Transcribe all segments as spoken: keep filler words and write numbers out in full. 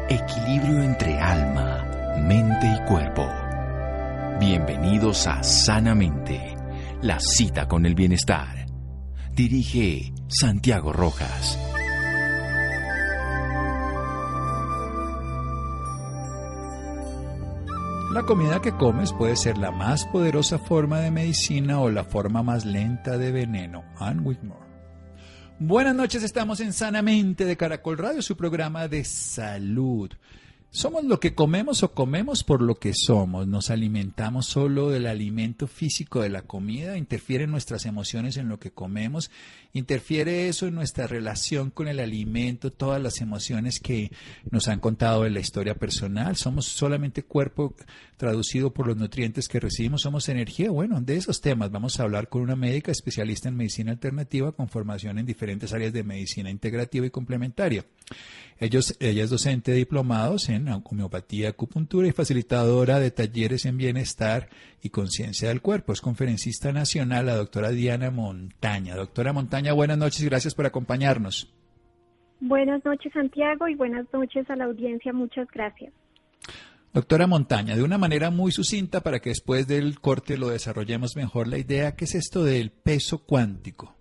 Equilibrio entre alma, mente y cuerpo. Bienvenidos a Sanamente, la cita con el bienestar. Dirige Santiago Rojas. La comida que comes puede ser la más poderosa forma de medicina o la forma más lenta de veneno. Ann Wigmore. Buenas noches, estamos en Sanamente de Caracol Radio, su programa de salud. Somos lo que comemos o comemos por lo que somos. Nos alimentamos solo del alimento físico de la comida, interfieren nuestras emociones en lo que comemos, interfiere eso en nuestra relación con el alimento, todas las emociones que nos han contado de la historia personal. Somos solamente cuerpo traducido por los nutrientes que recibimos, somos energía. Bueno, de esos temas vamos a hablar con una médica especialista en medicina alternativa con formación en diferentes áreas de medicina integrativa y complementaria. Ellos, ella es docente de diplomados en homeopatía, acupuntura y facilitadora de talleres en bienestar y conciencia del cuerpo. Es conferencista nacional, la doctora Diana Montaña. Doctora Montaña, buenas noches y gracias por acompañarnos. Buenas noches, Santiago, y buenas noches a la audiencia. Muchas gracias. Doctora Montaña, de una manera muy sucinta para que después del corte lo desarrollemos mejor la idea, ¿qué es esto del peso cuántico?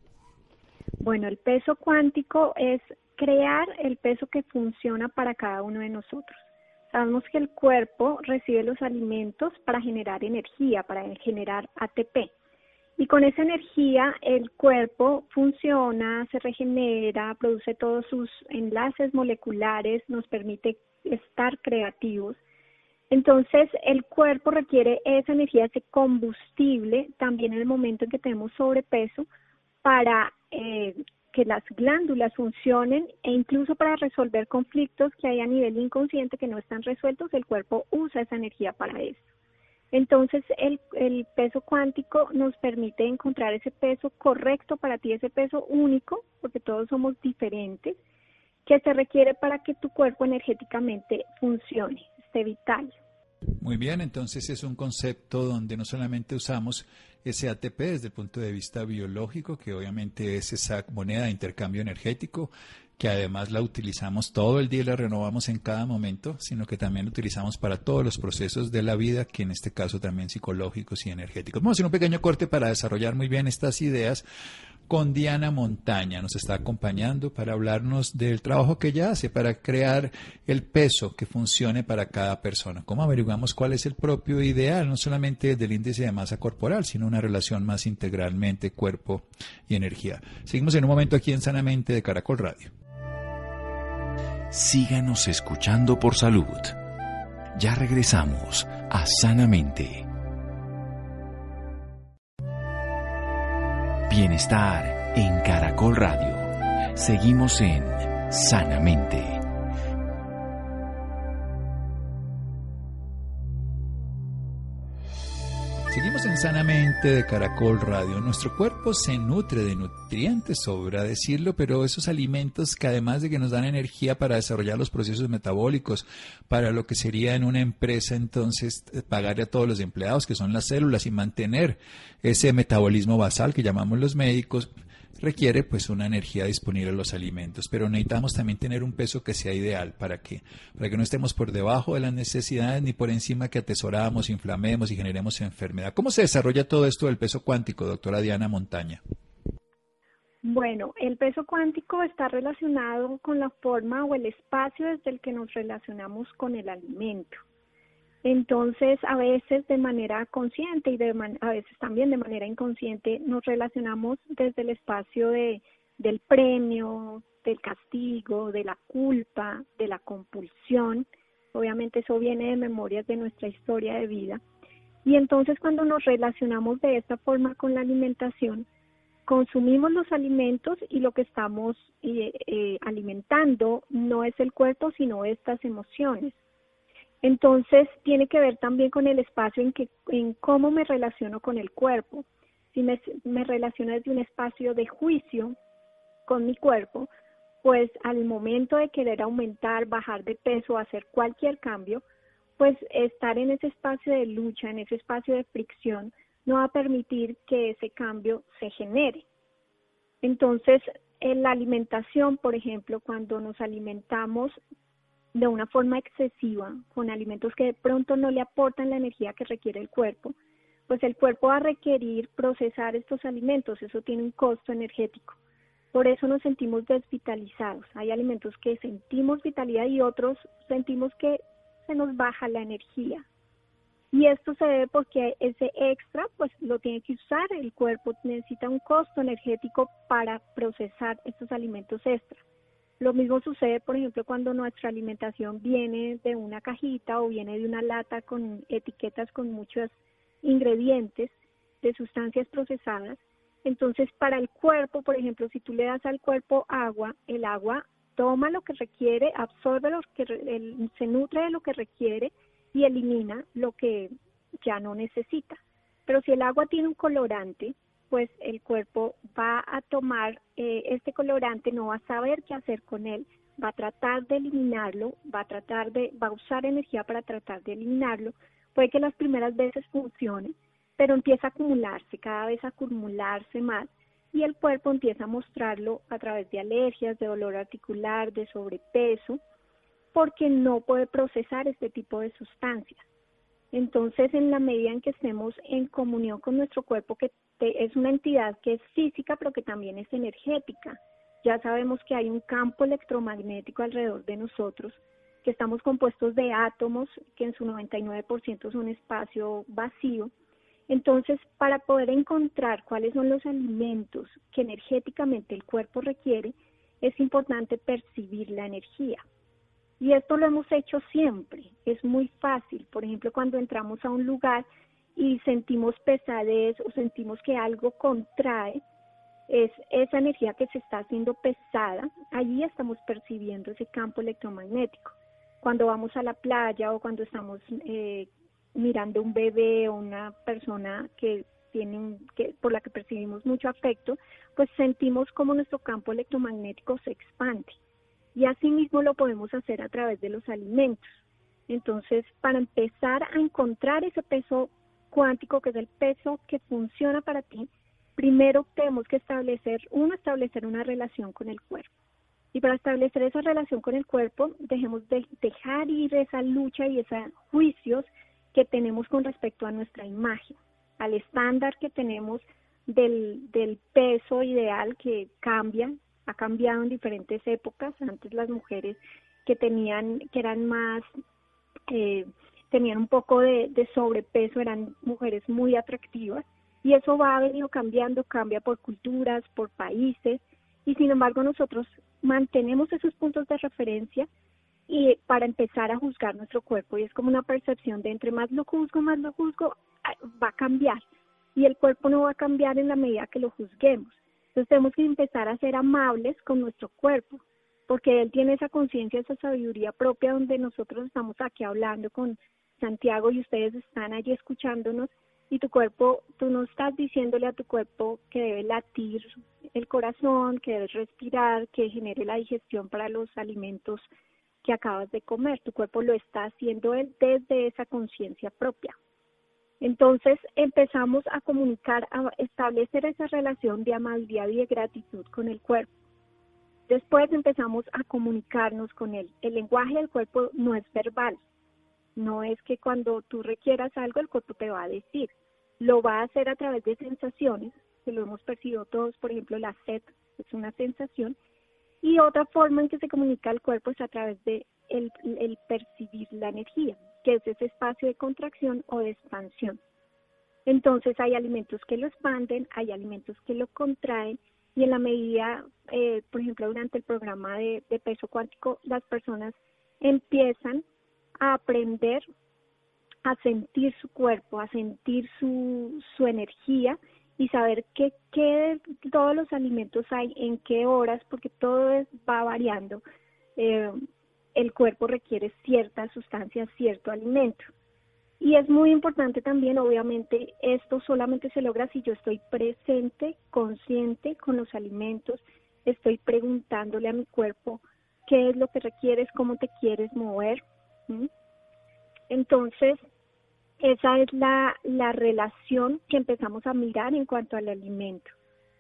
Bueno, el peso cuántico es crear el peso que funciona para cada uno de nosotros. Sabemos que el cuerpo recibe los alimentos para generar energía, para generar A T P. Y con esa energía el cuerpo funciona, se regenera, produce todos sus enlaces moleculares, nos permite estar creativos. Entonces el cuerpo requiere esa energía, ese combustible, también en el momento en que tenemos sobrepeso, para eh, que las glándulas funcionen e incluso para resolver conflictos que hay a nivel inconsciente que no están resueltos, el cuerpo usa esa energía para eso. Entonces el, el peso cuántico nos permite encontrar ese peso correcto para ti, ese peso único, porque todos somos diferentes, que se requiere para que tu cuerpo energéticamente funcione, esté vital. Muy bien, entonces es un concepto donde no solamente usamos ese A T P desde el punto de vista biológico, que obviamente es esa moneda de intercambio energético, que además la utilizamos todo el día y la renovamos en cada momento, sino que también la utilizamos para todos los procesos de la vida, que en este caso también psicológicos y energéticos. Vamos a hacer un pequeño corte para desarrollar muy bien estas ideas con Diana Montaña. Nos está acompañando para hablarnos del trabajo que ella hace para crear el peso que funcione para cada persona. ¿Cómo averiguamos cuál es el propio ideal? No solamente del índice de masa corporal, sino una relación más integralmente cuerpo y energía. Seguimos en un momento aquí en Sanamente de Caracol Radio. Síganos escuchando por salud. Ya regresamos a Sanamente. Bienestar en Caracol Radio. Seguimos en Sanamente. Seguimos en Sanamente de Caracol Radio. Nuestro cuerpo se nutre de nutrientes, sobra decirlo, pero esos alimentos que además de que nos dan energía para desarrollar los procesos metabólicos, para lo que sería en una empresa entonces pagarle a todos los empleados, que son las células, y mantener ese metabolismo basal que llamamos los médicos, requiere pues una energía disponible en los alimentos, pero necesitamos también tener un peso que sea ideal para que para que no estemos por debajo de las necesidades ni por encima, que atesoramos, inflamemos y generemos enfermedad. ¿Cómo se desarrolla todo esto del peso cuántico, doctora Diana Montaña? Bueno, el peso cuántico está relacionado con la forma o el espacio desde el que nos relacionamos con el alimento. Entonces, a veces de manera consciente y de man- a veces también de manera inconsciente nos relacionamos desde el espacio de, del premio, del castigo, de la culpa, de la compulsión. Obviamente eso viene de memorias de nuestra historia de vida. Y entonces cuando nos relacionamos de esta forma con la alimentación, consumimos los alimentos y lo que estamos eh, eh, alimentando no es el cuerpo, sino estas emociones. Entonces, tiene que ver también con el espacio en que, en cómo me relaciono con el cuerpo. Si me, me relaciono desde un espacio de juicio con mi cuerpo, pues al momento de querer aumentar, bajar de peso, hacer cualquier cambio, pues estar en ese espacio de lucha, en ese espacio de fricción, no va a permitir que ese cambio se genere. Entonces, en la alimentación, por ejemplo, cuando nos alimentamos de una forma excesiva, con alimentos que de pronto no le aportan la energía que requiere el cuerpo, pues el cuerpo va a requerir procesar estos alimentos, eso tiene un costo energético. Por eso nos sentimos desvitalizados. Hay alimentos que sentimos vitalidad y otros sentimos que se nos baja la energía. Y esto se debe porque ese extra pues lo tiene que usar, el cuerpo necesita un costo energético para procesar estos alimentos extra. Lo mismo sucede, por ejemplo, cuando nuestra alimentación viene de una cajita o viene de una lata con etiquetas con muchos ingredientes de sustancias procesadas. Entonces, para el cuerpo, por ejemplo, si tú le das al cuerpo agua, el agua toma lo que requiere, absorbe lo que el, se nutre de lo que requiere y elimina lo que ya no necesita. Pero si el agua tiene un colorante, pues el cuerpo va a tomar eh, este colorante, no va a saber qué hacer con él, va a tratar de eliminarlo, va a tratar de, va a usar energía para tratar de eliminarlo. Puede que las primeras veces funcione, pero empieza a acumularse, cada vez a acumularse más, y el cuerpo empieza a mostrarlo a través de alergias, de dolor articular, de sobrepeso, porque no puede procesar este tipo de sustancias. Entonces, en la medida en que estemos en comunión con nuestro cuerpo, que te, es una entidad que es física, pero que también es energética, ya sabemos que hay un campo electromagnético alrededor de nosotros, que estamos compuestos de átomos, que en su noventa y nueve por ciento son espacio vacío. Entonces, para poder encontrar cuáles son los alimentos que energéticamente el cuerpo requiere, es importante percibir la energía. Y esto lo hemos hecho siempre, es muy fácil. Por ejemplo, cuando entramos a un lugar y sentimos pesadez o sentimos que algo contrae, es esa energía que se está haciendo pesada, allí estamos percibiendo ese campo electromagnético. Cuando vamos a la playa o cuando estamos eh, mirando un bebé o una persona que tiene un, que, por la que percibimos mucho afecto, pues sentimos como nuestro campo electromagnético se expande. Y así mismo lo podemos hacer a través de los alimentos. Entonces, para empezar a encontrar ese peso cuántico, que es el peso que funciona para ti, primero tenemos que establecer, uno, establecer una relación con el cuerpo. Y para establecer esa relación con el cuerpo, dejemos de dejar ir esa lucha y esos juicios que tenemos con respecto a nuestra imagen, al estándar que tenemos del, del peso ideal que cambia, ha cambiado en diferentes épocas. Antes las mujeres que tenían, que eran más, eh, tenían un poco de, de sobrepeso, eran mujeres muy atractivas, y eso va a venido cambiando, cambia por culturas, por países, y sin embargo nosotros mantenemos esos puntos de referencia y para empezar a juzgar nuestro cuerpo, y es como una percepción de entre más lo juzgo, más lo juzgo, va a cambiar, y el cuerpo no va a cambiar en la medida que lo juzguemos. Entonces tenemos que empezar a ser amables con nuestro cuerpo, porque él tiene esa conciencia, esa sabiduría propia, donde nosotros estamos aquí hablando con Santiago y ustedes están allí escuchándonos, y tu cuerpo, tú no estás diciéndole a tu cuerpo que debe latir el corazón, que debe respirar, que genere la digestión para los alimentos que acabas de comer. Tu cuerpo lo está haciendo él desde esa conciencia propia. Entonces empezamos a comunicar, a establecer esa relación de amabilidad y de gratitud con el cuerpo. Después empezamos a comunicarnos con él. El lenguaje del cuerpo no es verbal. No es que cuando tú requieras algo el cuerpo te va a decir. Lo va a hacer a través de sensaciones, que lo hemos percibido todos. Por ejemplo, la sed es una sensación. Y otra forma en que se comunica el cuerpo es a través de el, el percibir la energía, que es ese espacio de contracción o de expansión. Entonces hay alimentos que lo expanden, hay alimentos que lo contraen, y en la medida, eh, por ejemplo, durante el programa de, de peso cuántico, las personas empiezan a aprender a sentir su cuerpo, a sentir su, su energía y saber qué, qué de todos los alimentos hay, en qué horas, porque todo es, va variando. Eh, el cuerpo requiere ciertas sustancias, cierto alimento. Y es muy importante también, obviamente, esto solamente se logra si yo estoy presente, consciente con los alimentos, estoy preguntándole a mi cuerpo qué es lo que requieres, cómo te quieres mover. ¿Mm? Entonces, esa es la, la relación que empezamos a mirar en cuanto al alimento.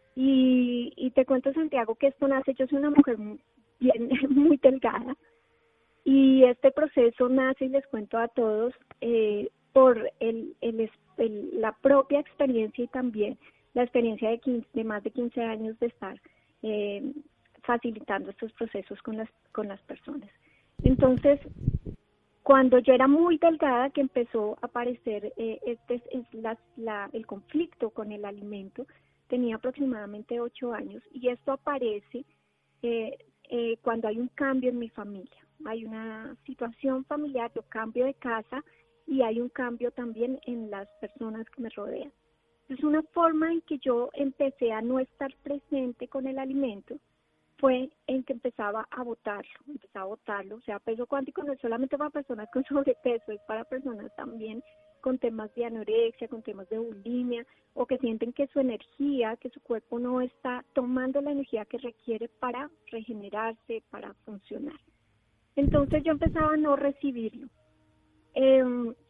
Y, y te cuento, Santiago, que esto nace, yo soy una mujer muy, bien, muy delgada, Y este proceso nace, y les cuento a todos, eh, por el, el, el, la propia experiencia y también la experiencia de, quince, de más de quince años de estar eh, facilitando estos procesos con las, con las personas. Entonces, cuando yo era muy delgada, que empezó a aparecer eh, este es la, la, el conflicto con el alimento, tenía aproximadamente ocho años, y esto aparece eh, eh, cuando hay un cambio en mi familia. Hay una situación familiar, yo cambio de casa y hay un cambio también en las personas que me rodean. Es una forma en que yo empecé a no estar presente con el alimento, fue en que empezaba a botarlo, empezaba a botarlo. O sea, peso cuántico no es solamente para personas con sobrepeso, es para personas también con temas de anorexia, con temas de bulimia, o que sienten que su energía, que su cuerpo no está tomando la energía que requiere para regenerarse, para funcionar. Entonces yo empezaba a no recibirlo. Eh,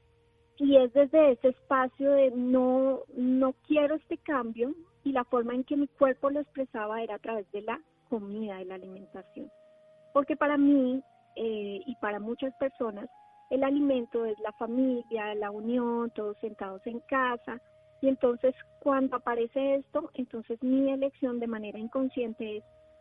y es desde ese espacio de no, no quiero este cambio, y la forma en que mi cuerpo lo expresaba era a través de la comida, de la alimentación. Porque para mí eh, y para muchas personas, el alimento es la familia, la unión, todos sentados en casa. Y entonces cuando aparece esto, entonces mi elección de manera inconsciente es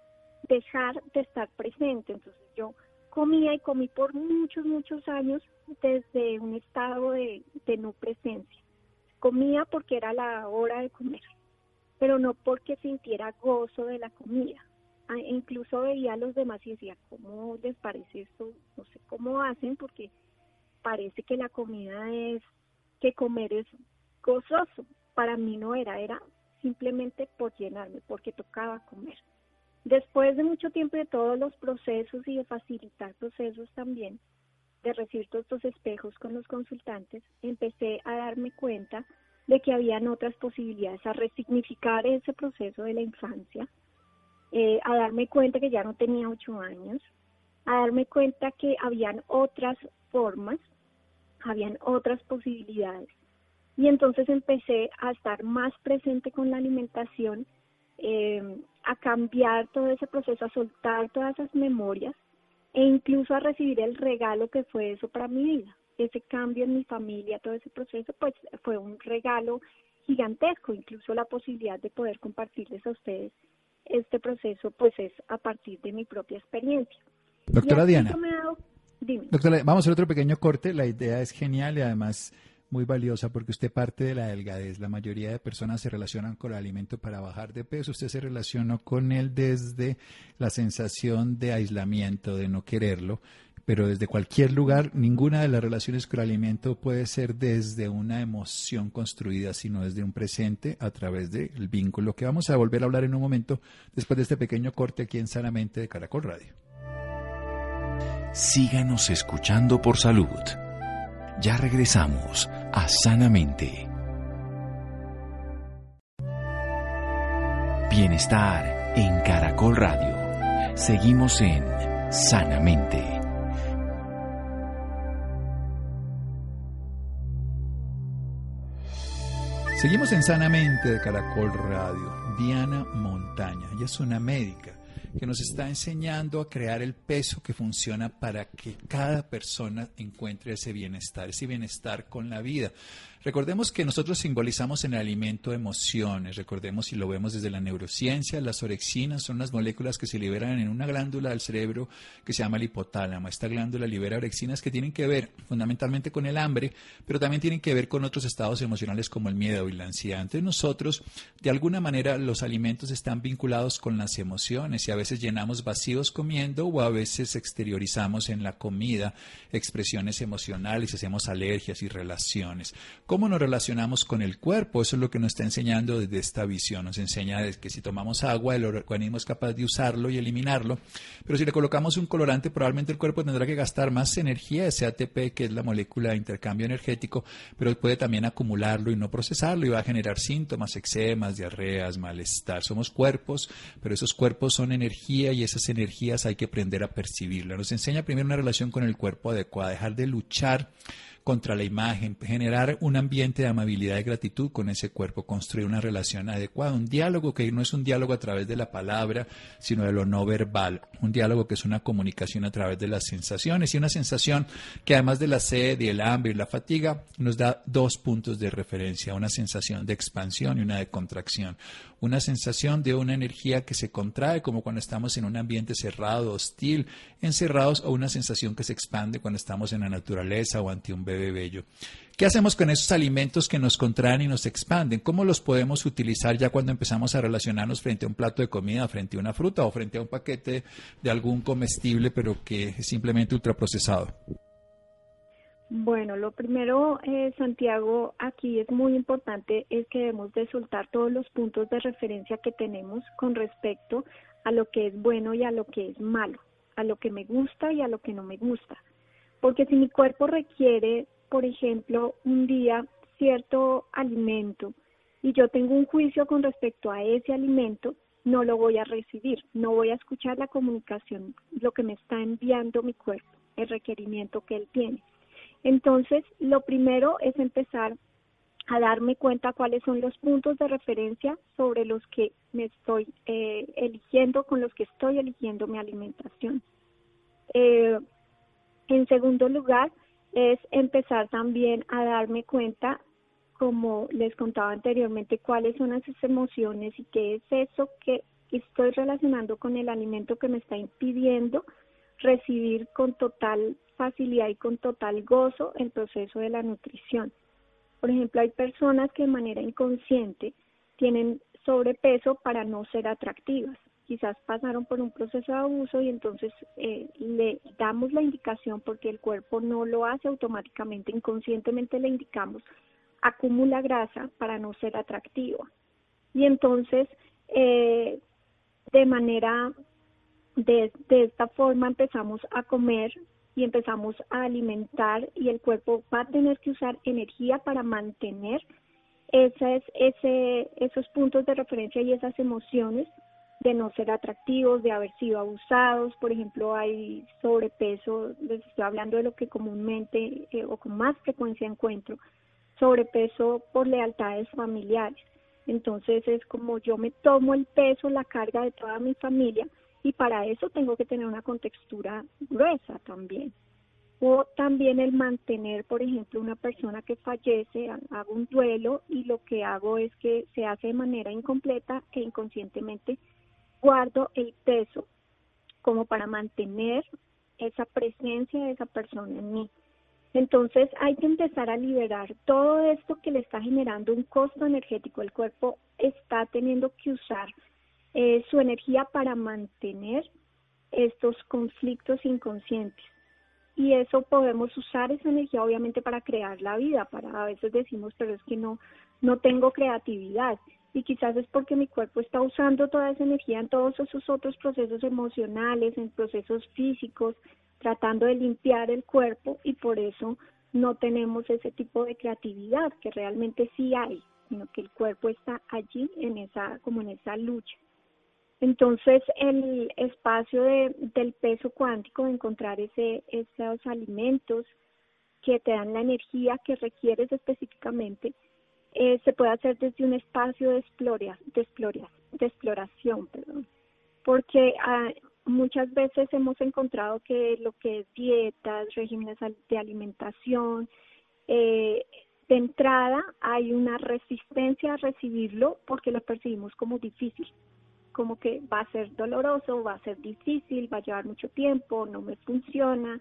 dejar de estar presente. Entonces yo comía y comí por muchos, muchos años desde un estado de, de no presencia. Comía porque era la hora de comer, pero no porque sintiera gozo de la comida. Ah, incluso veía a los demás y decía, ¿cómo les parece esto? No sé cómo hacen, porque parece que la comida es, que comer es gozoso. Para mí no era, era simplemente por llenarme, porque tocaba comer. Después de mucho tiempo, de todos los procesos y de facilitar procesos también, de recibir todos estos espejos con los consultantes, empecé a darme cuenta de que habían otras posibilidades, a resignificar ese proceso de la infancia, eh, a darme cuenta que ya no tenía ocho años, a darme cuenta que habían otras formas, habían otras posibilidades. Y entonces empecé a estar más presente con la alimentación, eh, a cambiar todo ese proceso, a soltar todas esas memorias e incluso a recibir el regalo que fue eso para mi vida. Ese cambio en mi familia, todo ese proceso, pues fue un regalo gigantesco. Incluso la posibilidad de poder compartirles a ustedes este proceso, pues es a partir de mi propia experiencia. Doctora Diana, me ha dado, dime. Doctora, vamos a hacer otro pequeño corte. La idea es genial y además muy valiosa porque usted parte de la delgadez. La mayoría de personas se relacionan con el alimento para bajar de peso. Usted se relacionó con él desde la sensación de aislamiento, de no quererlo. Pero desde cualquier lugar, ninguna de las relaciones con el alimento puede ser desde una emoción construida, sino desde un presente a través del vínculo, que vamos a volver a hablar en un momento después de este pequeño corte aquí en Sanamente de Caracol Radio. Síganos escuchando por salud. Ya regresamos a Sanamente. Bienestar en Caracol Radio. Seguimos en Sanamente. Seguimos en Sanamente de Caracol Radio. Diana Montaña, ella es una médica que nos está enseñando a crear el peso que funciona para que cada persona encuentre ese bienestar, ese bienestar con la vida. Recordemos que nosotros simbolizamos en el alimento emociones, recordemos y lo vemos desde la neurociencia, las orexinas son las moléculas que se liberan en una glándula del cerebro que se llama el hipotálamo. Esta glándula libera orexinas que tienen que ver fundamentalmente con el hambre, pero también tienen que ver con otros estados emocionales como el miedo y la ansiedad. Entonces nosotros, de alguna manera, los alimentos están vinculados con las emociones y a veces llenamos vacíos comiendo o a veces exteriorizamos en la comida expresiones emocionales, hacemos alergias y relaciones. ¿Cómo nos relacionamos con el cuerpo? Eso es lo que nos está enseñando desde esta visión. Nos enseña que si tomamos agua, el organismo es capaz de usarlo y eliminarlo, pero si le colocamos un colorante, probablemente el cuerpo tendrá que gastar más energía, ese A T P, que es la molécula de intercambio energético, pero puede también acumularlo y no procesarlo y va a generar síntomas, eczemas, diarreas, malestar. Somos cuerpos, pero esos cuerpos son energía y esas energías hay que aprender a percibirlas. Nos enseña primero una relación con el cuerpo adecuada, dejar de luchar contra la imagen, generar un ambiente de amabilidad y gratitud con ese cuerpo, construir una relación adecuada, un diálogo que no es un diálogo a través de la palabra, sino de lo no verbal, un diálogo que es una comunicación a través de las sensaciones y una sensación que además de la sed y el hambre y la fatiga nos da dos puntos de referencia, una sensación de expansión y una de contracción, una sensación de una energía que se contrae como cuando estamos en un ambiente cerrado, hostil, encerrados, o una sensación que se expande cuando estamos en la naturaleza o ante un bebé bello. ¿Qué hacemos con esos alimentos que nos contraen y nos expanden? ¿Cómo los podemos utilizar ya cuando empezamos a relacionarnos frente a un plato de comida, frente a una fruta o frente a un paquete de algún comestible, pero que es simplemente ultraprocesado? Bueno, lo primero, eh, Santiago, aquí es muy importante, es que debemos de soltar todos los puntos de referencia que tenemos con respecto a lo que es bueno y a lo que es malo, a lo que me gusta y a lo que no me gusta. Porque si mi cuerpo requiere, por ejemplo, un día cierto alimento y yo tengo un juicio con respecto a ese alimento, no lo voy a recibir, no voy a escuchar la comunicación, lo que me está enviando mi cuerpo, el requerimiento que él tiene. Entonces, lo primero es empezar a darme cuenta cuáles son los puntos de referencia sobre los que me estoy eh, eligiendo, con los que estoy eligiendo mi alimentación. Eh, en segundo lugar, es empezar también a darme cuenta, como les contaba anteriormente, cuáles son esas emociones y qué es eso que estoy relacionando con el alimento que me está impidiendo recibir con total facilidad y con total gozo el proceso de la nutrición. Por ejemplo, hay personas que de manera inconsciente tienen sobrepeso para no ser atractivas. Quizás pasaron por un proceso de abuso y entonces eh, le damos la indicación, porque el cuerpo no lo hace automáticamente, inconscientemente le indicamos, acumula grasa para no ser atractiva. Y entonces, eh, de manera, de, de esta forma empezamos a comer y empezamos a alimentar, y el cuerpo va a tener que usar energía para mantener esas, ese, esos puntos de referencia y esas emociones de no ser atractivos, de haber sido abusados. Por ejemplo, hay sobrepeso, les estoy hablando de lo que comúnmente eh, o con más frecuencia encuentro, sobrepeso por lealtades familiares. Entonces es como yo me tomo el peso, la carga de toda mi familia, y para eso tengo que tener una contextura gruesa también. O también el mantener, por ejemplo, una persona que fallece, hago un duelo y lo que hago es que se hace de manera incompleta e inconscientemente guardo el peso como para mantener esa presencia de esa persona en mí. Entonces hay que empezar a liberar todo esto que le está generando un costo energético. El cuerpo está teniendo que usar eh, su energía para mantener estos conflictos inconscientes. Y eso podemos usar esa energía obviamente para crear la vida. Para a veces decimos, pero es que no, no tengo creatividad. Y quizás es porque mi cuerpo está usando toda esa energía en todos esos otros procesos emocionales, en procesos físicos, tratando de limpiar el cuerpo, y por eso no tenemos ese tipo de creatividad que realmente sí hay, sino que el cuerpo está allí en esa, como en esa lucha. Entonces, el espacio de, del peso cuántico, de encontrar ese, esos alimentos que te dan la energía que requieres específicamente, eh, se puede hacer desde un espacio de, exploria, de, exploria, de exploración, perdón, porque ah, muchas veces hemos encontrado que lo que es dietas, regímenes de alimentación, eh, de entrada hay una resistencia a recibirlo porque lo percibimos como difícil, como que va a ser doloroso, va a ser difícil, va a llevar mucho tiempo, no me funciona.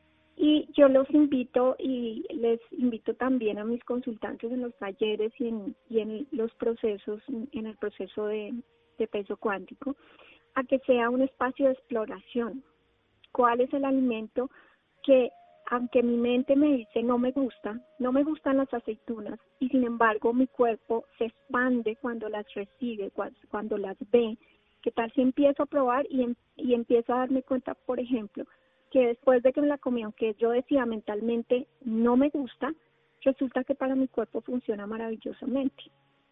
Y yo los invito, y les invito también a mis consultantes en los talleres y en, y en los procesos, en el proceso de, de peso cuántico, a que sea un espacio de exploración. ¿Cuál es el alimento que, aunque mi mente me dice no me gusta, no me gustan las aceitunas, y sin embargo mi cuerpo se expande cuando las recibe, cuando, cuando las ve? ¿Qué tal si empiezo a probar y, em, y empiezo a darme cuenta, por ejemplo, que después de que me la comí, aunque yo decía mentalmente no me gusta, resulta que para mi cuerpo funciona maravillosamente?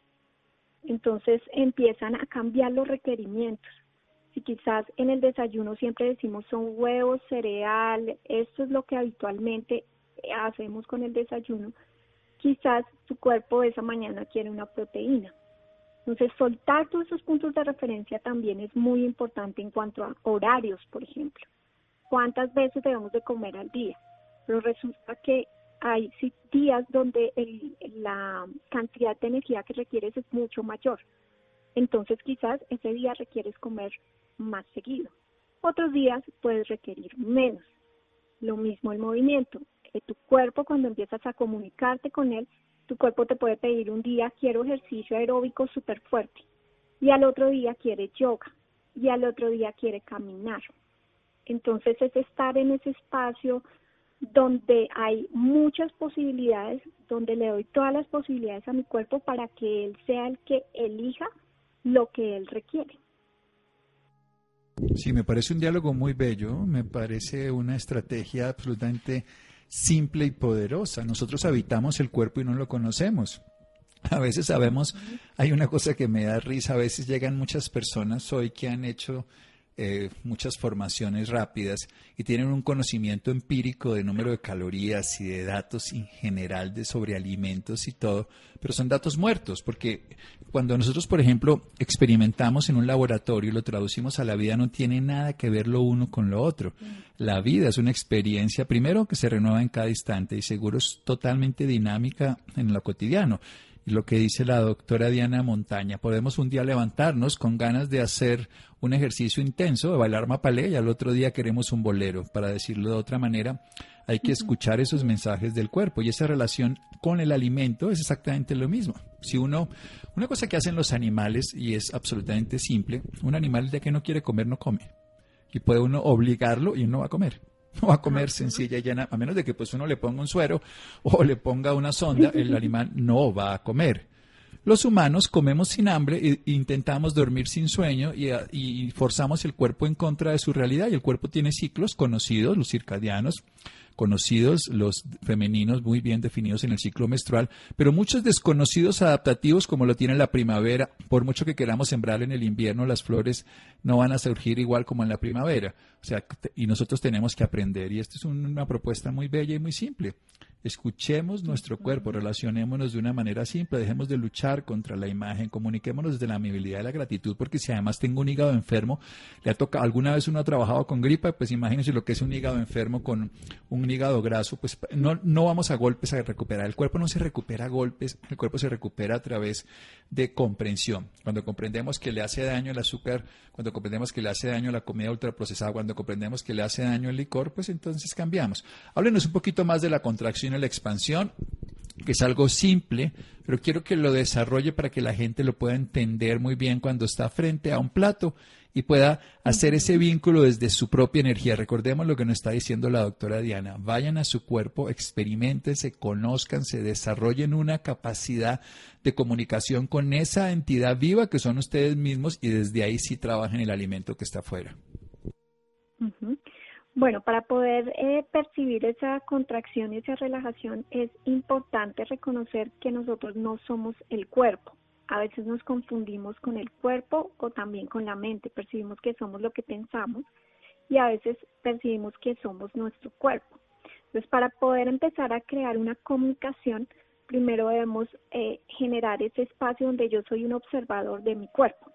Entonces empiezan a cambiar los requerimientos. Si quizás en el desayuno siempre decimos son huevos, cereal, esto es lo que habitualmente hacemos con el desayuno, quizás tu cuerpo esa mañana quiere una proteína. Entonces, soltar todos esos puntos de referencia también es muy importante en cuanto a horarios, por ejemplo. ¿Cuántas veces debemos de comer al día? Pero resulta que hay sí, días donde el, la cantidad de energía que requieres es mucho mayor. Entonces, quizás ese día requieres comer más seguido. Otros días puedes requerir menos. Lo mismo el movimiento. Eh, tu cuerpo, cuando empiezas a comunicarte con él, tu cuerpo te puede pedir un día, quiero ejercicio aeróbico súper fuerte. Y al otro día quiere yoga. Y al otro día quiere caminar. Entonces, es estar en ese espacio donde hay muchas posibilidades, donde le doy todas las posibilidades a mi cuerpo para que él sea el que elija lo que él requiere. Sí, me parece un diálogo muy bello, me parece una estrategia absolutamente simple y poderosa. Nosotros habitamos el cuerpo y no lo conocemos. A veces sabemos, hay una cosa que me da risa, a veces llegan muchas personas hoy que han hecho Eh, muchas formaciones rápidas y tienen un conocimiento empírico de número de calorías y de datos en general de sobre alimentos y todo, pero son datos muertos, porque cuando nosotros, por ejemplo, experimentamos en un laboratorio y lo traducimos a la vida, no tiene nada que ver lo uno con lo otro. La vida es una experiencia, primero, que se renueva en cada instante y seguro es totalmente dinámica en lo cotidiano. Y lo que dice la doctora Diana Montaña, podemos un día levantarnos con ganas de hacer un ejercicio intenso, de bailar mapalé, y al otro día queremos un bolero. Para decirlo de otra manera, hay que escuchar esos mensajes del cuerpo, y esa relación con el alimento es exactamente lo mismo. Si uno, una cosa que hacen los animales, y es absolutamente simple, un animal de que no quiere comer, no come. Y puede uno obligarlo y uno va a comer. No va a comer sencilla y llana, a menos de que pues uno le ponga un suero o le ponga una sonda, el animal no va a comer. Los humanos comemos sin hambre e intentamos dormir sin sueño y, y forzamos el cuerpo en contra de su realidad, y el cuerpo tiene ciclos conocidos, los circadianos, conocidos, los femeninos muy bien definidos en el ciclo menstrual, pero muchos desconocidos adaptativos como lo tiene la primavera. Por mucho que queramos sembrar en el invierno, las flores no van a surgir igual como en la primavera. O sea, y nosotros tenemos que aprender, y esto es una propuesta muy bella y muy simple. Escuchemos nuestro cuerpo, relacionémonos de una manera simple, dejemos de luchar contra la imagen, comuniquémonos desde la amabilidad y la gratitud, porque si además tengo un hígado enfermo, le ha tocado, alguna vez uno ha trabajado con gripa, pues imagínense lo que es un hígado enfermo con un hígado graso, pues no, no vamos a golpes a recuperar, el cuerpo no se recupera a golpes, el cuerpo se recupera a través de comprensión. Cuando comprendemos que le hace daño el azúcar, cuando comprendemos que le hace daño la comida ultraprocesada, cuando comprendemos que le hace daño el licor, pues entonces cambiamos. Háblenos un poquito más de la contracción y la expansión, que es algo simple, pero quiero que lo desarrolle para que la gente lo pueda entender muy bien cuando está frente a un plato y pueda hacer ese vínculo desde su propia energía. Recordemos lo que nos está diciendo la doctora Diana. Vayan a su cuerpo, experiméntense, conózcanse, desarrollen una capacidad de comunicación con esa entidad viva que son ustedes mismos, y desde ahí sí trabajen el alimento que está afuera. Uh-huh. Bueno, para poder eh, percibir esa contracción y esa relajación es importante reconocer que nosotros no somos el cuerpo. A veces nos confundimos con el cuerpo o también con la mente. Percibimos que somos lo que pensamos y a veces percibimos que somos nuestro cuerpo. Entonces, para poder empezar a crear una comunicación, primero debemos eh, generar ese espacio donde yo soy un observador de mi cuerpo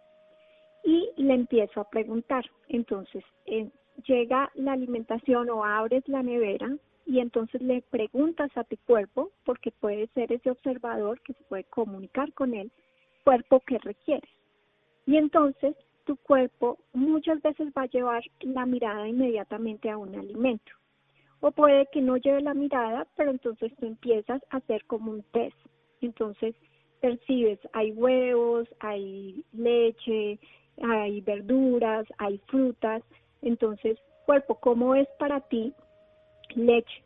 y le empiezo a preguntar. Entonces, eh, llega la alimentación o abres la nevera y entonces le preguntas a tu cuerpo, porque puede ser ese observador que se puede comunicar con él, cuerpo que requieres. Y entonces tu cuerpo muchas veces va a llevar la mirada inmediatamente a un alimento. O puede que no lleve la mirada, pero entonces tú empiezas a hacer como un test. Entonces percibes, hay huevos, hay leche, hay verduras, hay frutas. Entonces, cuerpo, ¿cómo es para ti leche?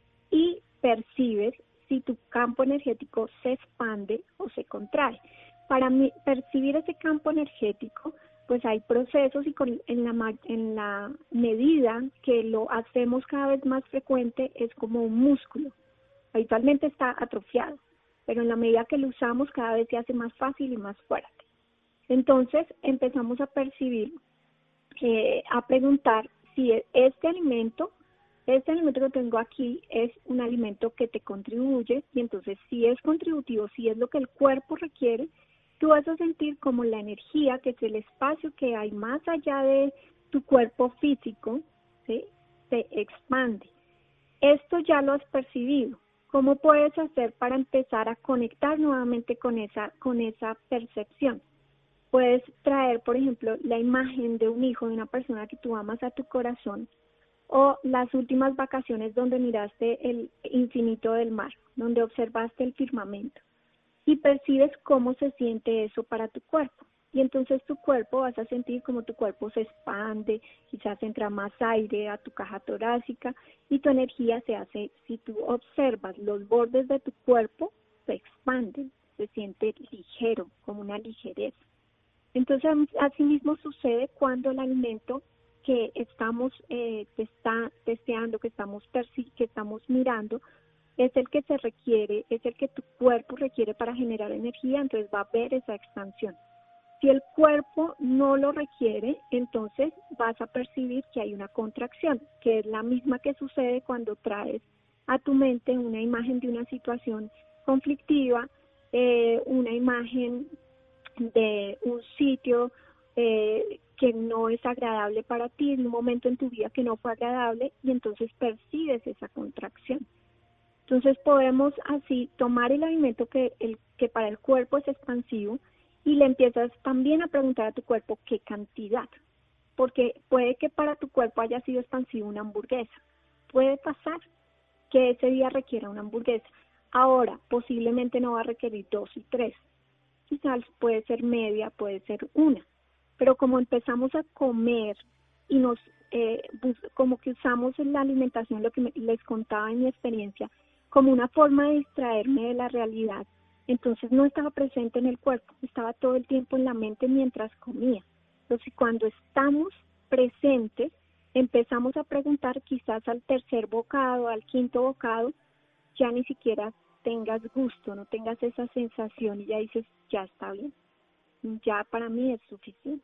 Y percibes si tu campo energético se expande o se contrae. Para mí, percibir ese campo energético, pues hay procesos y con, en, la, en la medida que lo hacemos cada vez más frecuente es como un músculo. Habitualmente está atrofiado, pero en la medida que lo usamos cada vez se hace más fácil y más fuerte. Entonces empezamos a percibir, eh, a preguntar si este alimento este alimento que tengo aquí es un alimento que te contribuye, y entonces si es contributivo, si es lo que el cuerpo requiere, tú vas a sentir como la energía, que es el espacio que hay más allá de tu cuerpo físico, ¿sí?, se expande. Esto ya lo has percibido. ¿Cómo puedes hacer para empezar a conectar nuevamente con esa, con esa percepción? Puedes traer, por ejemplo, la imagen de un hijo, de una persona que tú amas a tu corazón, o las últimas vacaciones donde miraste el infinito del mar, donde observaste el firmamento, y percibes cómo se siente eso para tu cuerpo. Y entonces tu cuerpo, vas a sentir como tu cuerpo se expande, quizás entra más aire a tu caja torácica, y tu energía se hace, si tú observas los bordes de tu cuerpo, se expanden, se siente ligero, como una ligereza. Entonces, así mismo sucede cuando el alimento que estamos eh, te está deseando, que estamos perci- que estamos mirando, es el que se requiere, es el que tu cuerpo requiere para generar energía, entonces va a haber esa expansión. Si el cuerpo no lo requiere, entonces vas a percibir que hay una contracción, que es la misma que sucede cuando traes a tu mente una imagen de una situación conflictiva, eh, una imagen de un sitio eh, que no es agradable para ti, en un momento en tu vida que no fue agradable, y entonces percibes esa contracción. Entonces podemos así tomar el alimento que, el, que para el cuerpo es expansivo, y le empiezas también a preguntar a tu cuerpo qué cantidad, porque puede que para tu cuerpo haya sido expansivo una hamburguesa, puede pasar que ese día requiera una hamburguesa. Ahora, posiblemente no va a requerir dos y tres, quizás puede ser media, puede ser una, pero como empezamos a comer y nos, eh, bus- como que usamos la alimentación, lo que me- les contaba en mi experiencia, como una forma de distraerme de la realidad, entonces no estaba presente en el cuerpo, estaba todo el tiempo en la mente mientras comía. Entonces cuando estamos presentes, empezamos a preguntar, quizás al tercer bocado, al quinto bocado, ya ni siquiera tengas gusto, no tengas esa sensación, y ya dices, ya está bien, ya para mí es suficiente.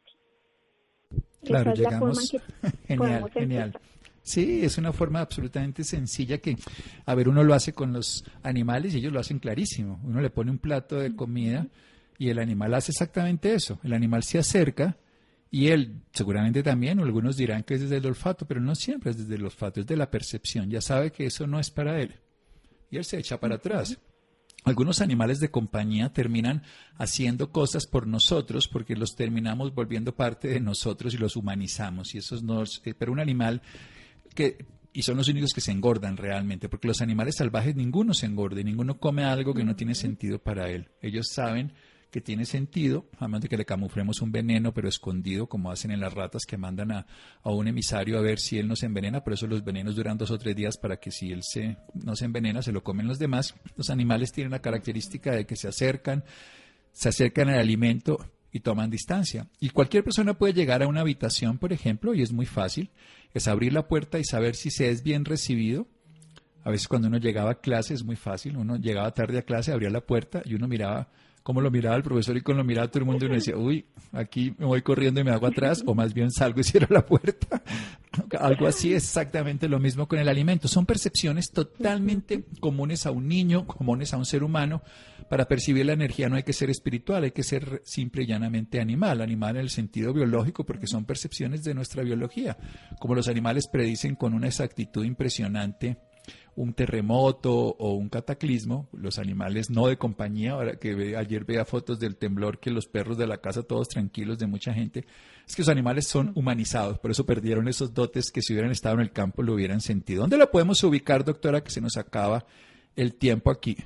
Claro, Esa es la forma en llegamos. que Genial, podemos genial. empezar. Sí, es una forma absolutamente sencilla que, a ver, uno lo hace con los animales y ellos lo hacen clarísimo. Uno le pone un plato de comida y el animal hace exactamente eso. El animal se acerca y él seguramente también, o algunos dirán que es desde el olfato, pero no siempre es desde el olfato, es de la percepción. Ya sabe que eso no es para él y él se echa para atrás. Algunos animales de compañía terminan haciendo cosas por nosotros porque los terminamos volviendo parte de nosotros y los humanizamos. Y eso nos, eh, pero un animal que, y son los únicos que se engordan realmente, porque los animales salvajes ninguno se engorda, y ninguno come algo que no tiene sentido para él. Ellos saben que tiene sentido, a menos de que le camuflemos un veneno, pero escondido, como hacen en las ratas, que mandan a, a un emisario a ver si él no se envenena. Por eso los venenos duran dos o tres días, para que si él se, no se envenena, se lo comen los demás. Los animales tienen la característica de que se acercan, se acercan al alimento y toman distancia. Y cualquier persona puede llegar a una habitación, por ejemplo, y es muy fácil, es abrir la puerta y saber si se es bien recibido. A veces cuando uno llegaba a clase es muy fácil, uno llegaba tarde a clase, abría la puerta y uno miraba cómo lo miraba el profesor y cómo lo miraba todo el mundo, y uno decía, uy, aquí me voy corriendo y me hago atrás, o más bien salgo y cierro la puerta. Algo así, exactamente lo mismo con el alimento. Son percepciones totalmente comunes a un niño, comunes a un ser humano. Para percibir la energía no hay que ser espiritual, hay que ser simple y llanamente animal, animal en el sentido biológico, porque son percepciones de nuestra biología. Como los animales predicen con una exactitud impresionante un terremoto o un cataclismo, los animales no de compañía, ahora que ve, ayer veía fotos del temblor, que los perros de la casa todos tranquilos, de mucha gente, es que los animales son humanizados, por eso perdieron esos dotes que si hubieran estado en el campo lo hubieran sentido. ¿Dónde la podemos ubicar, doctora, que se nos acaba el tiempo aquí?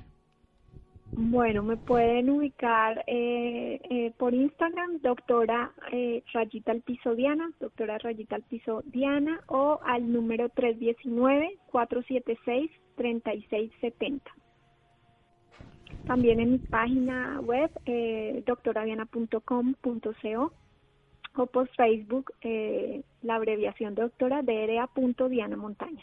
Bueno, me pueden ubicar eh, eh, por Instagram, doctora eh, Rayita al Piso Diana, doctora Rayita al Piso Diana, o al número tres uno nueve, cuatro siete seis, tres seis siete cero. También en mi página web, eh, doctora diana punto com punto co, o por Facebook, eh, la abreviación doctora D R A punto Diana Montaña.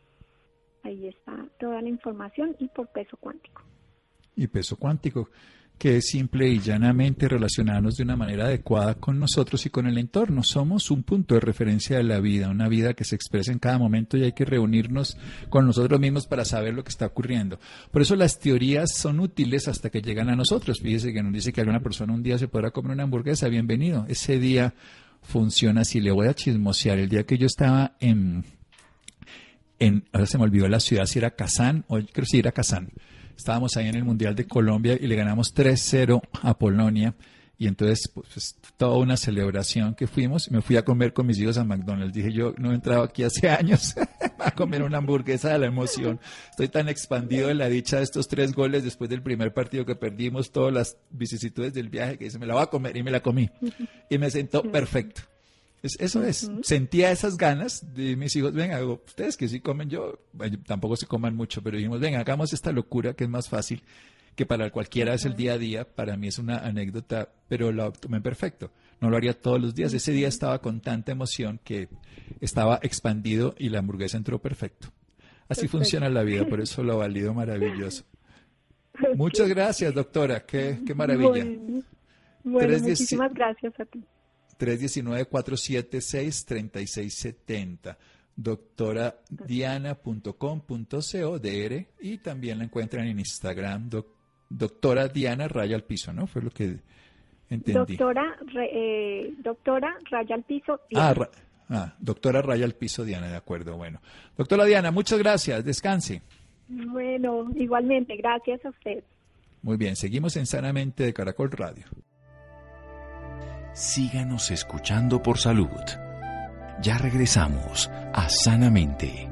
Ahí está toda la información, y por peso cuántico. Y peso cuántico. que es simple y llanamente relacionarnos de una manera adecuada con nosotros y con el entorno. Somos un punto de referencia de la vida, una vida que se expresa en cada momento y hay que reunirnos con nosotros mismos para saber lo que está ocurriendo. Por eso las teorías son útiles hasta que llegan a nosotros. Fíjese que nos dice que alguna persona un día se podrá comer una hamburguesa, bienvenido. Ese día funciona así. Le voy a chismosear. El día que yo estaba en, en ahora se me olvidó la ciudad, si era Kazán, o creo que sí era Kazán. Estábamos ahí en el Mundial de Colombia y le ganamos tres cero a Polonia. Y entonces, pues, toda una celebración que fuimos. Me fui a comer con mis hijos a McDonald's. Dije, yo no he entrado aquí hace años a comer una hamburguesa de la emoción. Estoy tan expandido de la dicha de estos tres goles después del primer partido que perdimos, todas las vicisitudes del viaje, que dice, me la voy a comer, y me la comí. Y me sentó perfecto. Es, eso es, sentía esas ganas de mis hijos, venga, ustedes que sí comen, yo, bueno, tampoco se coman mucho, pero dijimos, venga, hagamos esta locura que es más fácil, que para cualquiera es el día a día, para mí es una anécdota, pero la tomé perfecto, no lo haría todos los días, ese día estaba con tanta emoción que estaba expandido y la hamburguesa entró perfecto. Así perfecto. Funciona la vida, por eso lo valido maravilloso. Okay. Muchas gracias, doctora, qué, qué maravilla. Bueno, bueno muchísimas gracias a ti. tres uno nueve, cuatro siete seis, tres seis siete cero, doctora diana punto com punto co, dr, y también la encuentran en Instagram, doc, doctora Diana raya al piso, ¿no? Fue lo que entendí. Doctora, eh, doctora raya al piso. Ah, ra, ah, doctora raya al piso Diana, de acuerdo, bueno. Doctora Diana, muchas gracias, descanse. Bueno, igualmente, gracias a usted. Muy bien, seguimos en Sanamente de Caracol Radio. Síganos escuchando por salud. Ya regresamos a Sanamente.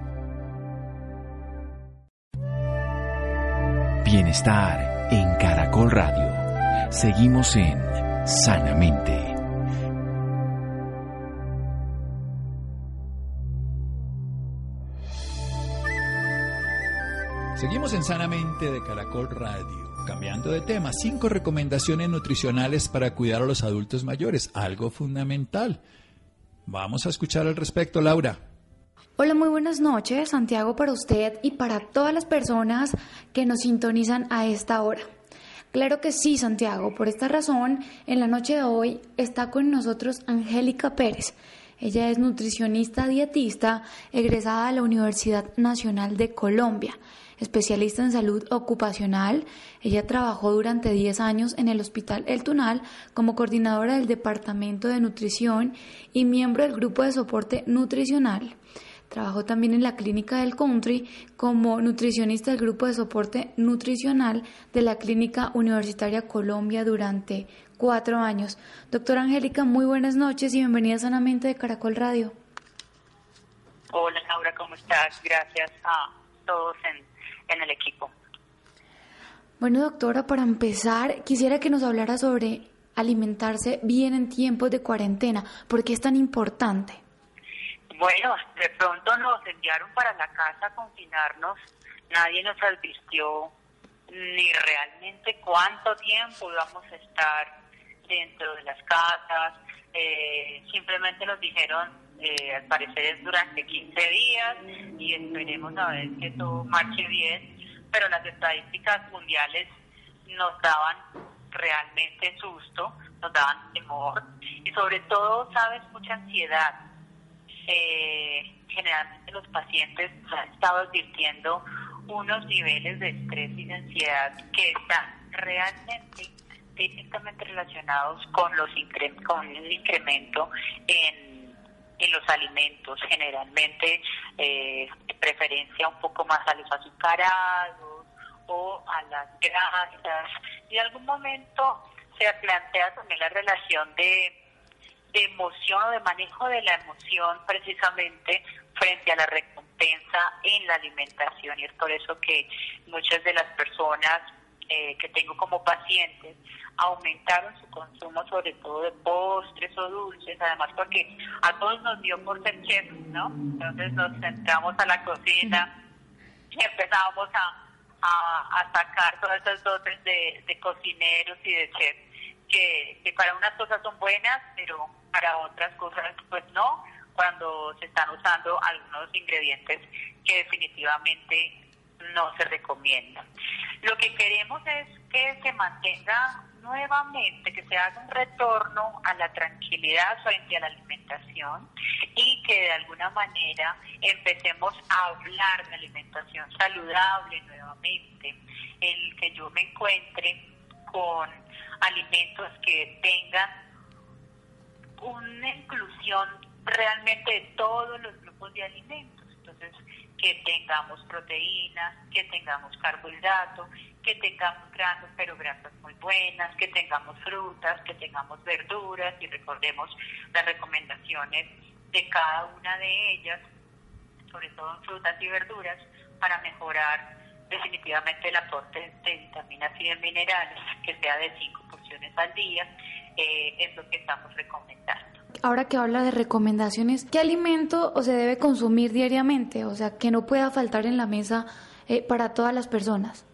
Bienestar en Caracol Radio. Seguimos en Sanamente. Seguimos en Sanamente de Caracol Radio. Cambiando de tema, cinco recomendaciones nutricionales para cuidar a los adultos mayores, algo fundamental. Vamos a escuchar al respecto, Laura. Hola, muy buenas noches, Santiago, para usted y para todas las personas que nos sintonizan a esta hora. Claro que sí, Santiago, por esta razón, en la noche de hoy está con nosotros Angélica Pérez. Ella es nutricionista dietista, egresada de la Universidad Nacional de Colombia. Especialista en salud ocupacional, ella trabajó durante diez años en el Hospital El Tunal como coordinadora del Departamento de Nutrición y miembro del Grupo de Soporte Nutricional. Trabajó también en la Clínica del Country como nutricionista del Grupo de Soporte Nutricional de la Clínica Universitaria Colombia durante cuatro años. Doctora Angélica, muy buenas noches y bienvenida a Sanamente de Caracol Radio. Hola, Laura, ¿cómo estás? Gracias a todos en en el equipo. Bueno, doctora, para empezar, quisiera que nos hablara sobre alimentarse bien en tiempos de cuarentena. ¿Por qué es tan importante? Bueno, de pronto nos enviaron para la casa a confinarnos. Nadie nos advirtió ni realmente cuánto tiempo íbamos a estar dentro de las casas. Eh, simplemente nos dijeron, eh, al parecer es durante quince días y esperemos a ver que todo marche bien, pero las estadísticas mundiales nos daban realmente susto, nos daban temor y sobre todo, sabes, mucha ansiedad. Eh, generalmente los pacientes han estado advirtiendo unos niveles de estrés y de ansiedad que están realmente directamente relacionados con los incre- con el incremento en en los alimentos, generalmente eh, de preferencia un poco más a los azucarados o a las grasas, y en algún momento se plantea también la relación de, de emoción o de manejo de la emoción precisamente frente a la recompensa en la alimentación, y es por eso que muchas de las personas eh, que tengo como pacientes aumentaron su consumo, sobre todo de postres o dulces, además porque a todos nos dio por ser chefs, ¿no? Entonces nos centramos a la cocina y empezamos a, a, a sacar todas esas dotes de, de cocineros y de chefs, que, que para unas cosas son buenas, pero para otras cosas pues no, cuando se están usando algunos ingredientes que definitivamente no se recomiendan. Lo que queremos es que se mantenga nuevamente, que se haga un retorno a la tranquilidad frente a la alimentación y que de alguna manera empecemos a hablar de alimentación saludable nuevamente, el que yo me encuentre con alimentos que tengan una inclusión realmente de todos los grupos de alimentos. Entonces, que tengamos proteínas, que tengamos carbohidratos, que tengamos grasas, pero grasas muy buenas, que tengamos frutas, que tengamos verduras, y recordemos las recomendaciones de cada una de ellas, sobre todo en frutas y verduras, para mejorar definitivamente el aporte de vitaminas y de minerales, que sea de cinco porciones al día, eh, es lo que estamos recomendando. Ahora que habla de recomendaciones, ¿qué alimento o se debe consumir diariamente? O sea, que no pueda faltar en la mesa eh, para todas las personas.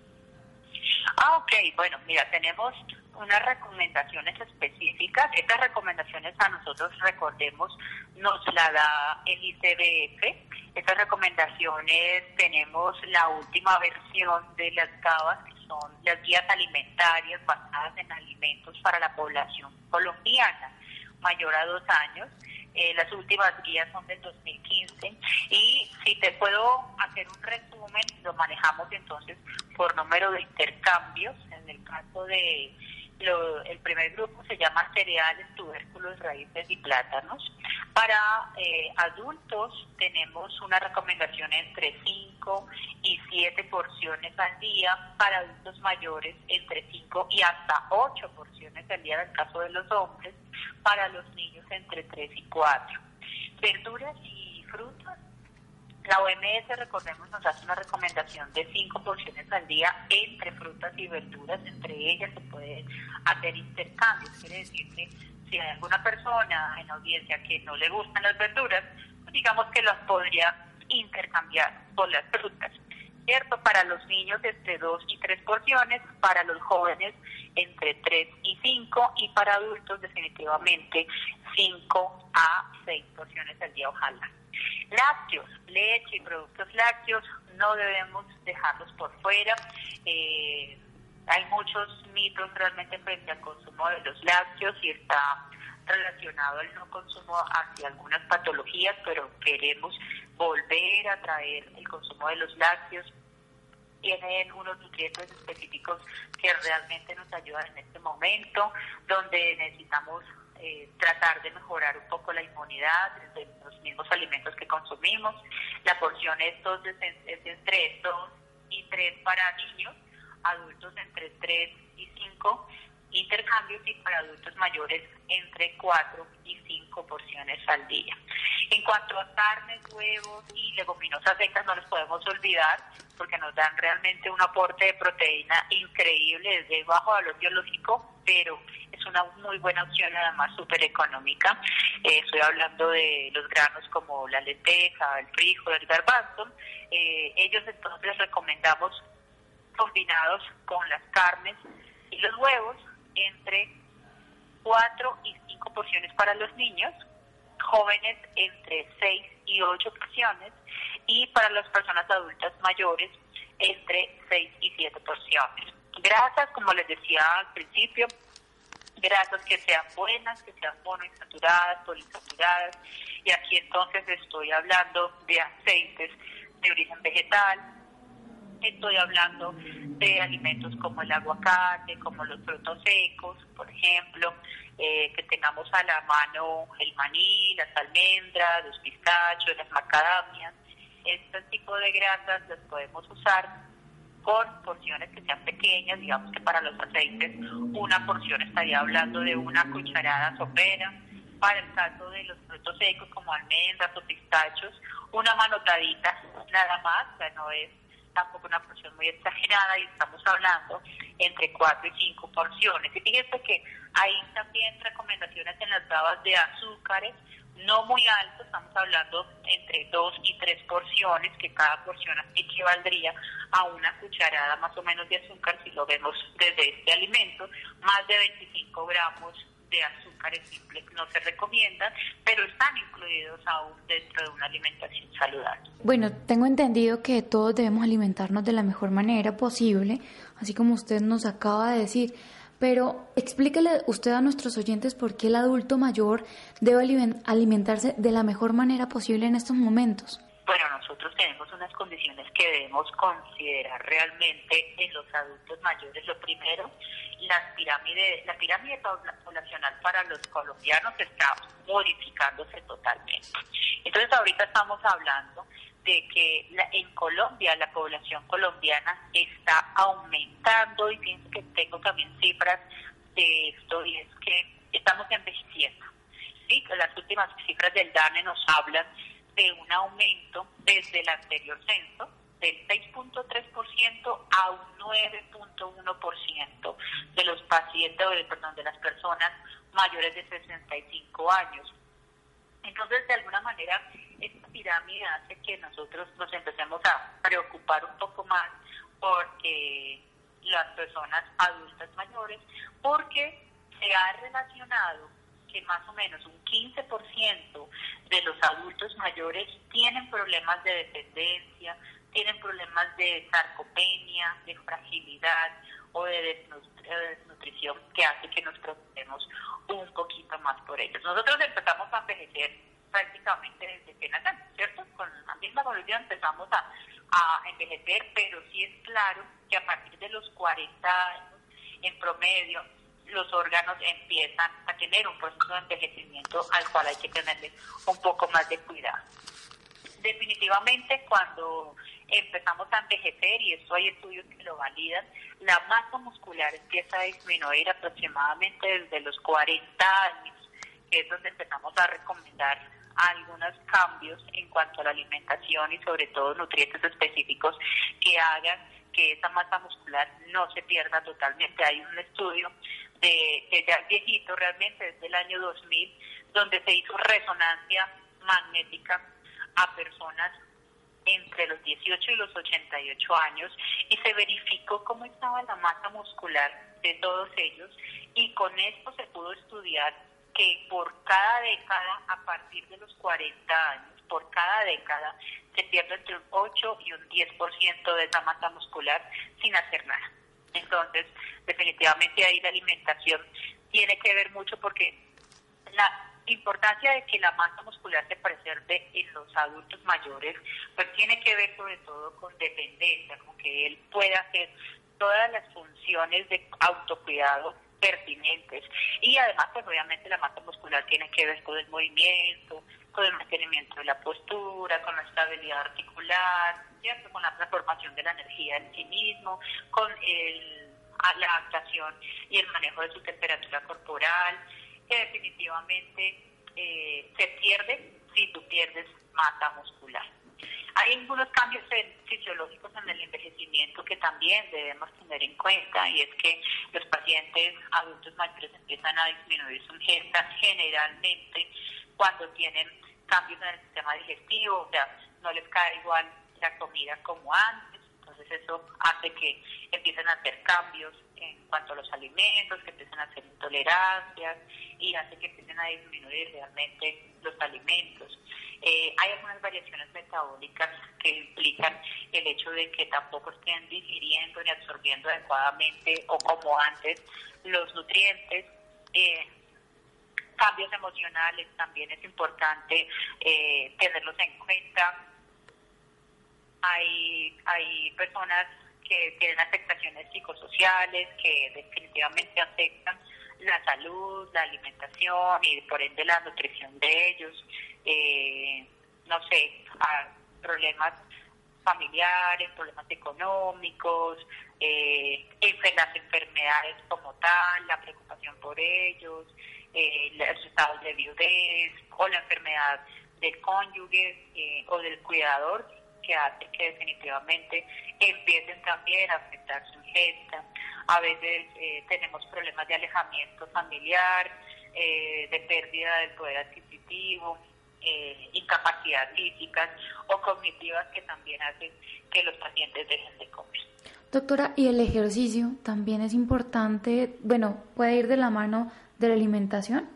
Ah, ok. Bueno, mira, tenemos unas recomendaciones específicas. Estas recomendaciones a nosotros, recordemos, nos la da el I C B F. Estas recomendaciones tenemos la última versión de las G A B A, que son las guías alimentarias basadas en alimentos para la población colombiana mayor a dos años. Eh, las últimas guías son del dos mil quince y si te puedo hacer un resumen, lo manejamos entonces por número de intercambios. En el caso de lo, el primer grupo se llama cereales, tubérculos, raíces y plátanos. Para eh, adultos tenemos una recomendación entre cinco y siete porciones al día, para adultos mayores entre cinco y hasta ocho porciones al día en el caso de los hombres, para los niños entre tres y cuatro. Verduras y frutas, la O M S, recordemos, nos hace una recomendación de cinco porciones al día entre frutas y verduras. Entre ellas se pueden hacer intercambios, quiere decir que si hay alguna persona en la audiencia que no le gustan las verduras, pues digamos que las podría intercambiar por las frutas, ¿cierto? Para los niños entre dos y tres porciones, para los jóvenes entre tres y cinco, y para adultos definitivamente cinco a seis porciones al día, ojalá. Lácteos, leche y productos lácteos, no debemos dejarlos por fuera. Eh, hay muchos mitos realmente frente al consumo de los lácteos y está relacionado al no consumo hacia algunas patologías, pero queremos volver a traer el consumo de los lácteos. Tienen unos nutrientes específicos que realmente nos ayudan en este momento, donde necesitamos eh, tratar de mejorar un poco la inmunidad de los mismos alimentos que consumimos. La porción es, dos, es entre dos y tres para niños, adultos entre tres y cinco, intercambios, y para adultos mayores entre cuatro y cinco porciones al día. En cuanto a carnes, huevos y leguminosas secas, no los podemos olvidar porque nos dan realmente un aporte de proteína increíble, desde bajo valor biológico, pero es una muy buena opción, además súper económica. Eh, estoy hablando de los granos como la lenteja, el frijol, el garbanzo. Eh, ellos entonces recomendamos combinados con las carnes y los huevos entre cuatro y cinco porciones para los niños, jóvenes entre seis y ocho porciones, y para las personas adultas mayores entre seis y siete porciones. Grasas, como les decía al principio, grasas que sean buenas, que sean monoinsaturadas, poliinsaturadas, y aquí entonces estoy hablando de aceites de origen vegetal, estoy hablando de alimentos como el aguacate, como los frutos secos, por ejemplo, eh, que tengamos a la mano el maní, las almendras, los pistachos, las macadamias. Este tipo de grasas las podemos usar con porciones que sean pequeñas. Digamos que para los aceites una porción estaría hablando de una cucharada sopera. Para el caso de los frutos secos como almendras o pistachos, una manotadita nada más, o sea, no es tampoco una porción muy exagerada, y estamos hablando entre cuatro y cinco porciones. Y fíjense que hay también recomendaciones en las tablas de azúcares, no muy altos, estamos hablando entre dos y tres porciones, que cada porción equivaldría a una cucharada más o menos de azúcar, si lo vemos desde este alimento, más de veinticinco gramos de azúcares simples no se recomiendan, pero están incluidos aún dentro de una alimentación saludable. Bueno, tengo entendido que todos debemos alimentarnos de la mejor manera posible, así como usted nos acaba de decir, pero explíquele usted a nuestros oyentes por qué el adulto mayor debe alimentarse de la mejor manera posible en estos momentos. Bueno, nosotros tenemos unas condiciones que debemos considerar realmente en los adultos mayores. Lo primero, la pirámide, la pirámide poblacional para los colombianos está modificándose totalmente. Entonces, ahorita estamos hablando de que la, en Colombia la población colombiana está aumentando, y fíjense que tengo también cifras de esto, y es que estamos envejeciendo. ¿Sí? Las últimas cifras del DANE nos hablan de un aumento desde el anterior censo del seis punto tres por ciento a un nueve punto uno por ciento de los pacientes, o de, perdón, de las personas mayores de sesenta y cinco años. Entonces, de alguna manera, esta pirámide hace que nosotros nos empecemos a preocupar un poco más por eh, las personas adultas mayores, porque se ha relacionado que más o menos un quince por ciento de los adultos mayores tienen problemas de dependencia, tienen problemas de sarcopenia, de fragilidad o de desnutrición, que hace que nos preocupemos un poquito más por ellos. Nosotros empezamos a envejecer prácticamente desde que nacemos, ¿cierto? Con la misma evolución empezamos a, a envejecer, pero sí es claro que a partir de los cuarenta años, en promedio, los órganos empiezan a tener un proceso de envejecimiento al cual hay que tenerle un poco más de cuidado. Definitivamente, cuando empezamos a envejecer, y esto hay estudios que lo validan, la masa muscular empieza a disminuir aproximadamente desde los cuarenta años, que es donde empezamos a recomendar algunos cambios en cuanto a la alimentación y sobre todo nutrientes específicos que hagan que esa masa muscular no se pierda totalmente. Hay un estudio de que ya es viejito, realmente desde el año dos mil, donde se hizo resonancia magnética a personas entre los dieciocho y los ochenta y ocho años, y se verificó cómo estaba la masa muscular de todos ellos, y con esto se pudo estudiar que por cada década, a partir de los cuarenta años, por cada década, se pierde entre un ocho y un diez por ciento de esa masa muscular sin hacer nada. Entonces, definitivamente ahí la alimentación tiene que ver mucho, porque la importancia de que la masa muscular se preserve en los adultos mayores, pues tiene que ver sobre todo con dependencia, con que él pueda hacer todas las funciones de autocuidado pertinentes. Y además, pues obviamente la masa muscular tiene que ver con el movimiento, con el mantenimiento de la postura, con la estabilidad articular, ¿cierto? Con la transformación de la energía en sí mismo, con el, la adaptación y el manejo de su temperatura corporal, que definitivamente eh, se pierde si tú pierdes masa muscular. Hay algunos cambios en, fisiológicos en el envejecimiento que también debemos tener en cuenta, y es que los pacientes adultos mayores empiezan a disminuir su ingesta generalmente cuando tienen cambios en el sistema digestivo, o sea, no les cae igual la comida como antes. Entonces eso hace que empiecen a hacer cambios en cuanto a los alimentos, que empiecen a hacer intolerancias, y hace que empiecen a disminuir realmente los alimentos. Eh, hay algunas variaciones metabólicas que implican el hecho de que tampoco estén digiriendo ni absorbiendo adecuadamente o como antes los nutrientes. Eh, cambios emocionales también es importante eh, tenerlos en cuenta. Hay, hay personas que tienen afectaciones psicosociales que definitivamente afectan la salud, la alimentación y por ende la nutrición de ellos. Eh, no sé, problemas familiares, problemas económicos, eh, las enfermedades como tal, la preocupación por ellos, eh, los estados de viudez o la enfermedad del cónyuge eh, o del cuidador, que hace que definitivamente empiecen también a afectar su ingesta. A veces eh, tenemos problemas de alejamiento familiar, eh, de pérdida del poder adquisitivo, eh, incapacidad físicas o cognitivas que también hacen que los pacientes dejen de comer. Doctora, ¿y el ejercicio también es importante? Bueno, puede ir de la mano de la alimentación?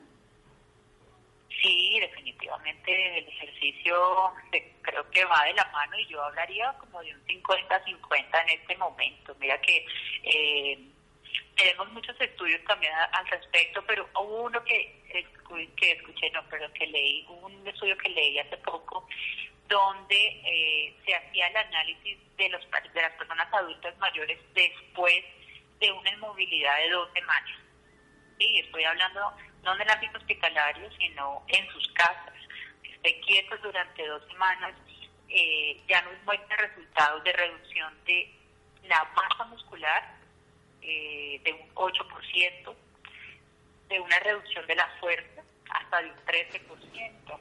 Sí, definitivamente el ejercicio de, creo que va de la mano y yo hablaría como de un cincuenta cincuenta en este momento. Mira que eh, tenemos muchos estudios también a, al respecto, pero hubo uno que, que escuché, no, pero que leí, hubo un estudio que leí hace poco donde eh, se hacía el análisis de, los, de las personas adultas mayores después de una inmovilidad de dos semanas. Sí, estoy hablando no en el ámbito hospitalario, sino en sus casas, que estén quietos durante dos semanas, eh, ya nos muestran resultados de reducción de la masa muscular eh, de un ocho por ciento, de una reducción de la fuerza hasta de un trece por ciento,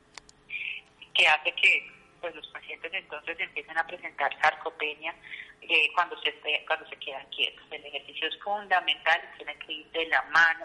que hace que pues los pacientes entonces empiecen a presentar sarcopenia eh, cuando se cuando se quedan quietos. El ejercicio es fundamental, tiene que ir de la mano.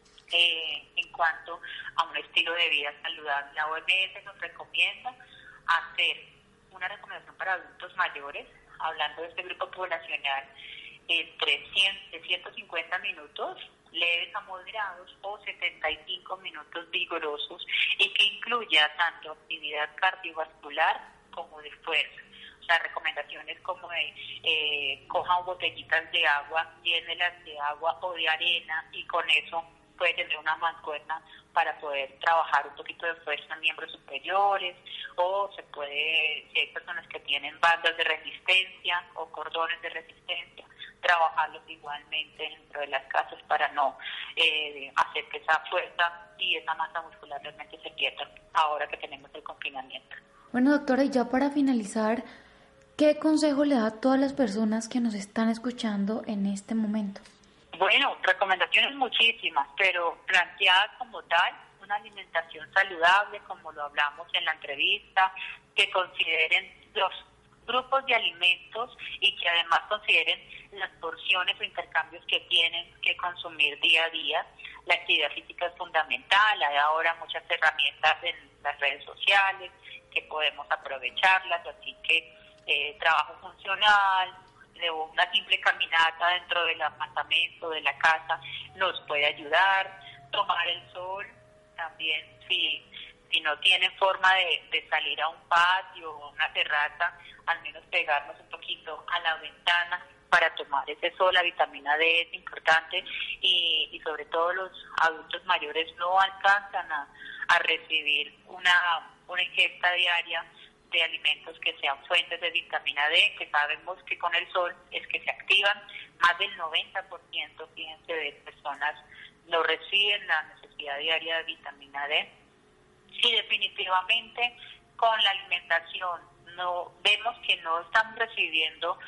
Eh, en cuanto a un estilo de vida saludable, la O M S nos recomienda hacer una recomendación para adultos mayores, hablando de este grupo poblacional, entre cien, de ciento cincuenta minutos leves a moderados o setenta y cinco minutos vigorosos, y que incluya tanto actividad cardiovascular como de fuerza. O sea, recomendaciones como de eh, cojan botellitas de agua, llénelas de agua o de arena, y con eso puede tener una mancuerna para poder trabajar un poquito de fuerza en miembros superiores, o se puede, si hay personas que tienen bandas de resistencia o cordones de resistencia, trabajarlos igualmente dentro de las casas para no eh, hacer que esa fuerza y esa masa muscular realmente se pierda ahora que tenemos el confinamiento. Bueno, doctora, y ya para finalizar, ¿qué consejo le da a todas las personas que nos están escuchando en este momento? Bueno, recomendaciones muchísimas, pero planteadas como tal, una alimentación saludable, como lo hablamos en la entrevista, que consideren los grupos de alimentos y que además consideren las porciones o intercambios que tienen que consumir día a día. La actividad física es fundamental, hay ahora muchas herramientas en las redes sociales que podemos aprovecharlas, así que eh, trabajo funcional, de una simple caminata dentro del apartamento, de la casa, nos puede ayudar. Tomar el sol también, si, si no tienen forma de, de salir a un patio o una terraza, al menos pegarnos un poquito a la ventana para tomar ese sol. La vitamina D es importante, y, y sobre todo los adultos mayores no alcanzan a, a recibir una, una ingesta diaria de alimentos que sean fuentes de vitamina D, que sabemos que con el sol es que se activan. Más del noventa por ciento, fíjense, de personas no reciben la necesidad diaria de vitamina D. Sí, definitivamente con la alimentación no vemos que no estamos recibiendo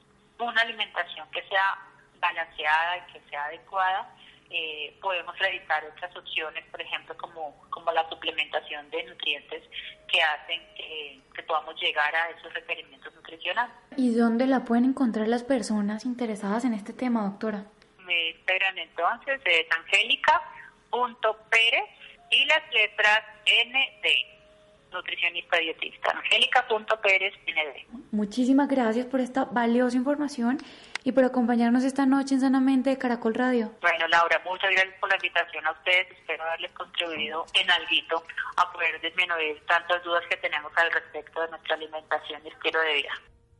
una alimentación que sea balanceada y que sea adecuada. Eh, podemos realizar otras opciones, por ejemplo, como, como la suplementación de nutrientes que hacen que, que podamos llegar a esos requerimientos nutricionales. ¿Y dónde la pueden encontrar las personas interesadas en este tema, doctora? Me esperan entonces, es angélica punto pérez y las letras N D, nutricionista dietista, angélica punto pérez N D. Muchísimas gracias por esta valiosa información y por acompañarnos esta noche en Sanamente de Caracol Radio. Bueno, Laura, muchas gracias por la invitación a ustedes. Espero haberles contribuido en alguito a poder disminuir tantas dudas que tenemos al respecto de nuestra alimentación y estilo de vida.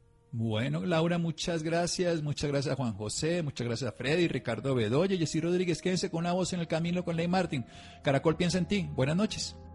Bueno, Laura, muchas gracias. Muchas gracias a Juan José, muchas gracias a Freddy, Ricardo Bedoya, Jessy Rodríguez. Quédense con una voz en el camino con Ley Martin. Caracol piensa en ti. Buenas noches.